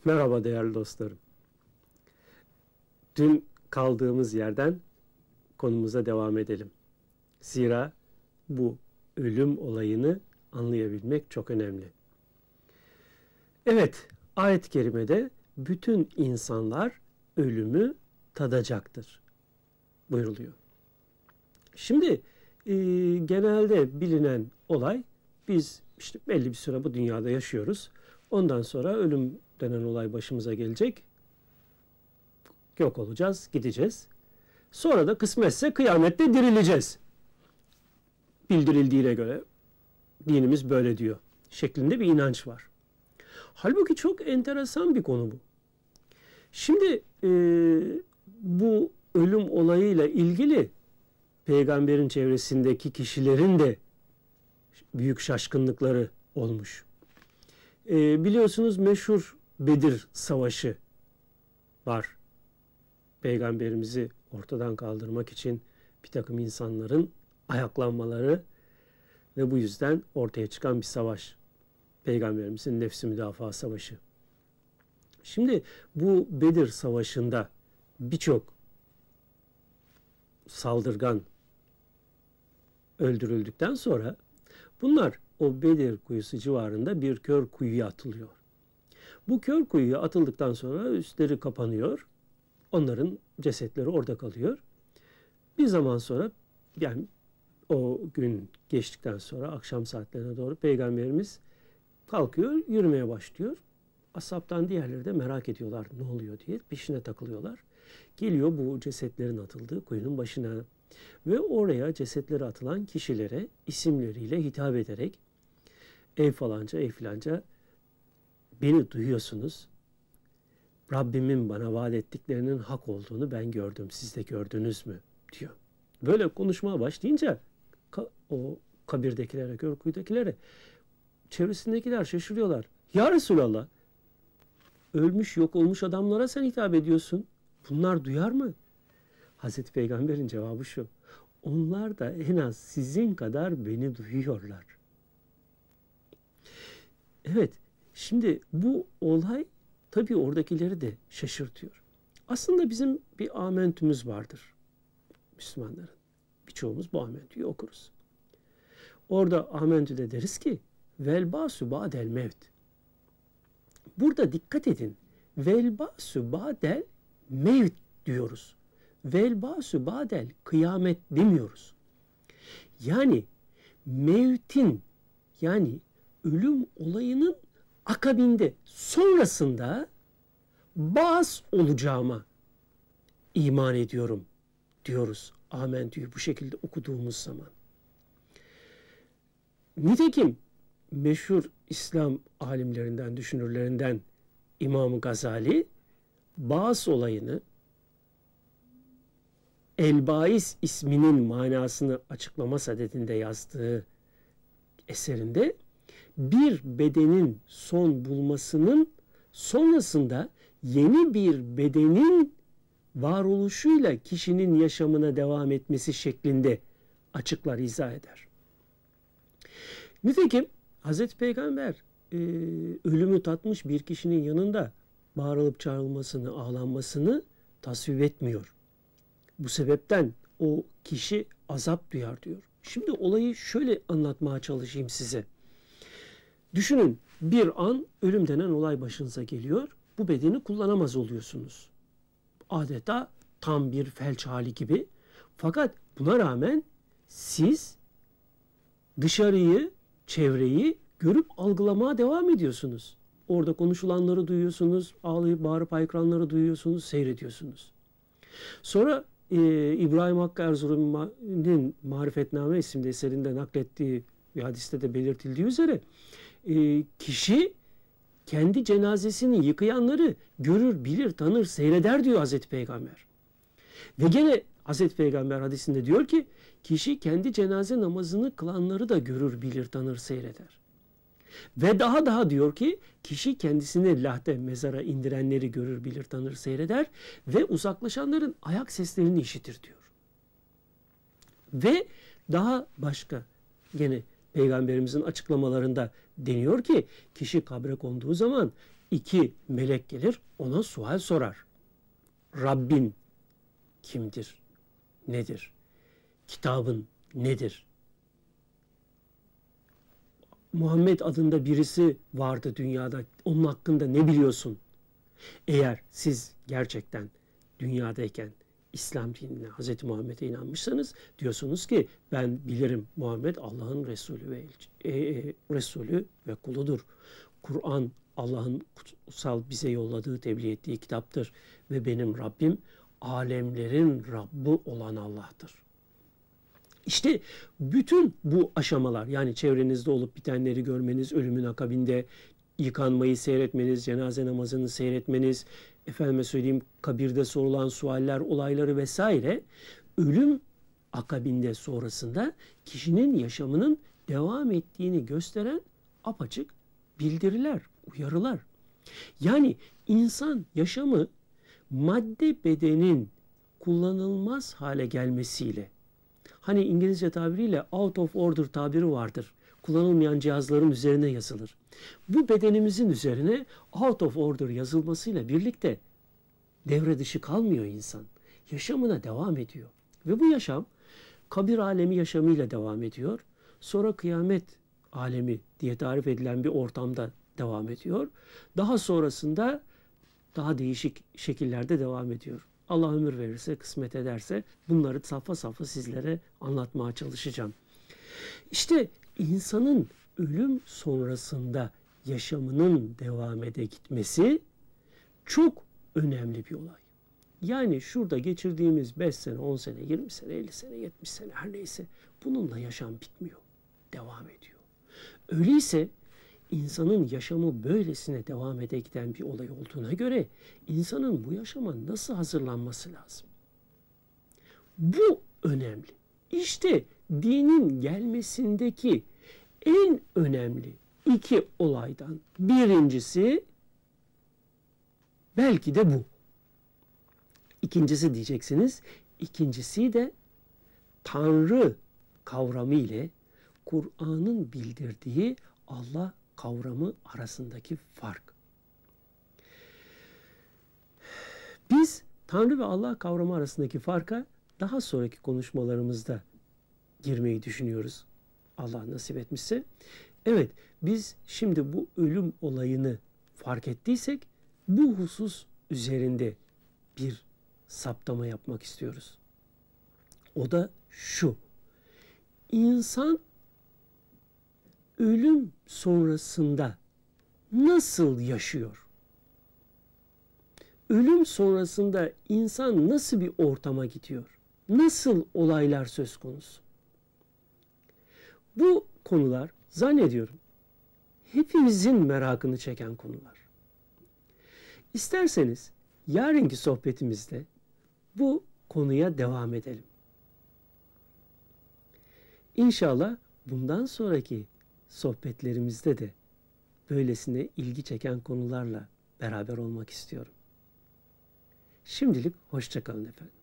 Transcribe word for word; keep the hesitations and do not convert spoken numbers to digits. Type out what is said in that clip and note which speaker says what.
Speaker 1: Merhaba değerli dostlarım. Dün kaldığımız yerden konumuza devam edelim. Zira bu ölüm olayını anlayabilmek çok önemli. Evet, ayet-i kerimede bütün insanlar ölümü tadacaktır buyuruluyor. Şimdi e, genelde bilinen olay, biz işte belli bir süre bu dünyada yaşıyoruz. Ondan sonra ölüm denen olay başımıza gelecek. Yok olacağız, gideceğiz. Sonra da kısmetse kıyamette dirileceğiz. Bildirildiğine göre dinimiz böyle diyor şeklinde bir inanç var. Halbuki çok enteresan bir konu bu. Şimdi e, bu ölüm olayıyla ilgili peygamberin çevresindeki kişilerin de büyük şaşkınlıkları olmuş. E, biliyorsunuz meşhur Bedir Savaşı var. Peygamberimizi ortadan kaldırmak için bir takım insanların ayaklanmaları ve bu yüzden ortaya çıkan bir savaş. Peygamberimizin nefsi müdafaa savaşı. Şimdi bu Bedir Savaşı'nda birçok saldırgan öldürüldükten sonra bunlar o Bedir kuyusu civarında bir kör kuyuya atılıyor. Bu kör kuyuya atıldıktan sonra üstleri kapanıyor. Onların cesetleri orada kalıyor. Bir zaman sonra, yani o gün geçtikten sonra akşam saatlerine doğru Peygamberimiz kalkıyor, yürümeye başlıyor. Ashabtan diğerleri de merak ediyorlar ne oluyor diye, peşine takılıyorlar. Geliyor bu cesetlerin atıldığı kuyunun başına ve oraya cesetleri atılan kişilere isimleriyle hitap ederek ey falanca, ey filanca, beni duyuyorsunuz. Rabbimin bana vaat ettiklerinin hak olduğunu ben gördüm. Siz de gördünüz mü? Diyor. Böyle konuşmaya başlayınca o kabirdekilere, körkuyudakilere, çevresindekiler şaşırıyorlar. Ya Resulallah, ölmüş yok olmuş adamlara sen hitap ediyorsun. Bunlar duyar mı? Hazreti Peygamber'in cevabı şu: onlar da en az sizin kadar beni duyuyorlar. Evet, şimdi bu olay tabii oradakileri de şaşırtıyor. Aslında bizim bir amentümüz vardır Müslümanların. Birçoğumuz bu amentüyü okuruz. Orada amentüde deriz ki velbâsü ba'del mevt. Burada dikkat edin. Velbâsü ba'del mevt diyoruz. Velbâsü ba'del kıyamet demiyoruz. Yani mevtin, yani ölüm olayının akabinde, sonrasında bas olacağıma iman ediyorum diyoruz amentüyü bu şekilde okuduğumuz zaman. Nitekim meşhur İslam alimlerinden, düşünürlerinden İmam Gazali bas olayını, El-Bais isminin manasını açıklama sadedinde yazdığı eserinde bir bedenin son bulmasının sonrasında yeni bir bedenin varoluşuyla kişinin yaşamına devam etmesi şeklinde açıklar, izah eder. Nitekim Hazreti Peygamber e, ölümü tatmış bir kişinin yanında bağırılıp çağrılmasını, ağlanmasını tasvip etmiyor. Bu sebepten o kişi azap duyar diyor. Şimdi olayı şöyle anlatmaya çalışayım size. Düşünün, bir an ölüm denen olay başınıza geliyor. Bu bedeni kullanamaz oluyorsunuz. Adeta tam bir felç hali gibi. Fakat buna rağmen siz dışarıyı, çevreyi görüp algılamaya devam ediyorsunuz. Orada konuşulanları duyuyorsunuz, ağlayıp bağırıp haykıranları duyuyorsunuz, seyrediyorsunuz. Sonra e, İbrahim Hakkı Erzurum'un Marifetname isimli eserinde naklettiği bir hadiste de belirtildiği üzere e, kişi kendi cenazesini yıkayanları görür, bilir, tanır, seyreder diyor Hazreti Peygamber. Ve gene Hazreti Peygamber hadisinde diyor ki kişi kendi cenaze namazını kılanları da görür, bilir, tanır, seyreder. Ve daha daha diyor ki kişi kendisini lahde mezara indirenleri görür, bilir, tanır, seyreder ve uzaklaşanların ayak seslerini işitir diyor. Ve daha başka gene Peygamberimizin açıklamalarında deniyor ki kişi kabre konduğu zaman iki melek gelir, ona sual sorar. Rabbin kimdir? Nedir? Kitabın nedir? Muhammed adında birisi vardı dünyada. Onun hakkında ne biliyorsun? Eğer siz gerçekten dünyadayken İslam dinine, Hz. Muhammed'e inanmışsanız diyorsunuz ki ben bilirim Muhammed Allah'ın Resulü ve e, e, Resulü ve kuludur. Kur'an Allah'ın kutsal bize yolladığı, tebliğ ettiği kitaptır ve benim Rabbim alemlerin Rabbi olan Allah'tır. İşte bütün bu aşamalar, yani çevrenizde olup bitenleri görmeniz, ölümün akabinde yıkanmayı seyretmeniz, cenaze namazını seyretmeniz, efendime söyleyeyim kabirde sorulan sualler, olayları vesaire, ölüm akabinde sonrasında kişinin yaşamının devam ettiğini gösteren apaçık bildiriler, uyarılar. Yani insan yaşamı madde bedenin kullanılmaz hale gelmesiyle, hani İngilizce tabiriyle out of order tabiri vardır. Kullanılmayan cihazların üzerine yazılır. Bu bedenimizin üzerine out of order yazılmasıyla birlikte devre dışı kalmıyor insan. Yaşamına devam ediyor. Ve bu yaşam kabir alemi yaşamıyla devam ediyor. Sonra kıyamet alemi diye tarif edilen bir ortamda devam ediyor. Daha sonrasında daha değişik şekillerde devam ediyor. Allah ömür verirse, kısmet ederse bunları safha safha sizlere anlatmaya çalışacağım. İşte insanın ölüm sonrasında yaşamının devam ede gitmesi çok önemli bir olay. Yani şurada geçirdiğimiz beş sene, on sene, yirmi sene, elli sene, yetmiş sene her neyse bununla yaşam bitmiyor. Devam ediyor. Öyleyse insanın yaşamı böylesine devam ede giden bir olay olduğuna göre insanın bu yaşama nasıl hazırlanması lazım? Bu önemli. İşte dinin gelmesindeki en önemli iki olaydan birincisi belki de bu. İkincisi diyeceksiniz. İkincisi de Tanrı kavramı ile Kur'an'ın bildirdiği Allah kavramı arasındaki fark. Biz Tanrı ve Allah kavramı arasındaki farka daha sonraki konuşmalarımızda girmeyi düşünüyoruz. Allah nasip etmişse. Evet, biz şimdi bu ölüm olayını fark ettiysek bu husus üzerinde bir saptama yapmak istiyoruz. O da şu: İnsan ölüm sonrasında nasıl yaşıyor? Ölüm sonrasında insan nasıl bir ortama gidiyor? Nasıl olaylar söz konusu? Bu konular zannediyorum hepimizin merakını çeken konular. İsterseniz yarınki sohbetimizde bu konuya devam edelim. İnşallah bundan sonraki sohbetlerimizde de böylesine ilgi çeken konularla beraber olmak istiyorum. Şimdilik hoşça kalın efendim.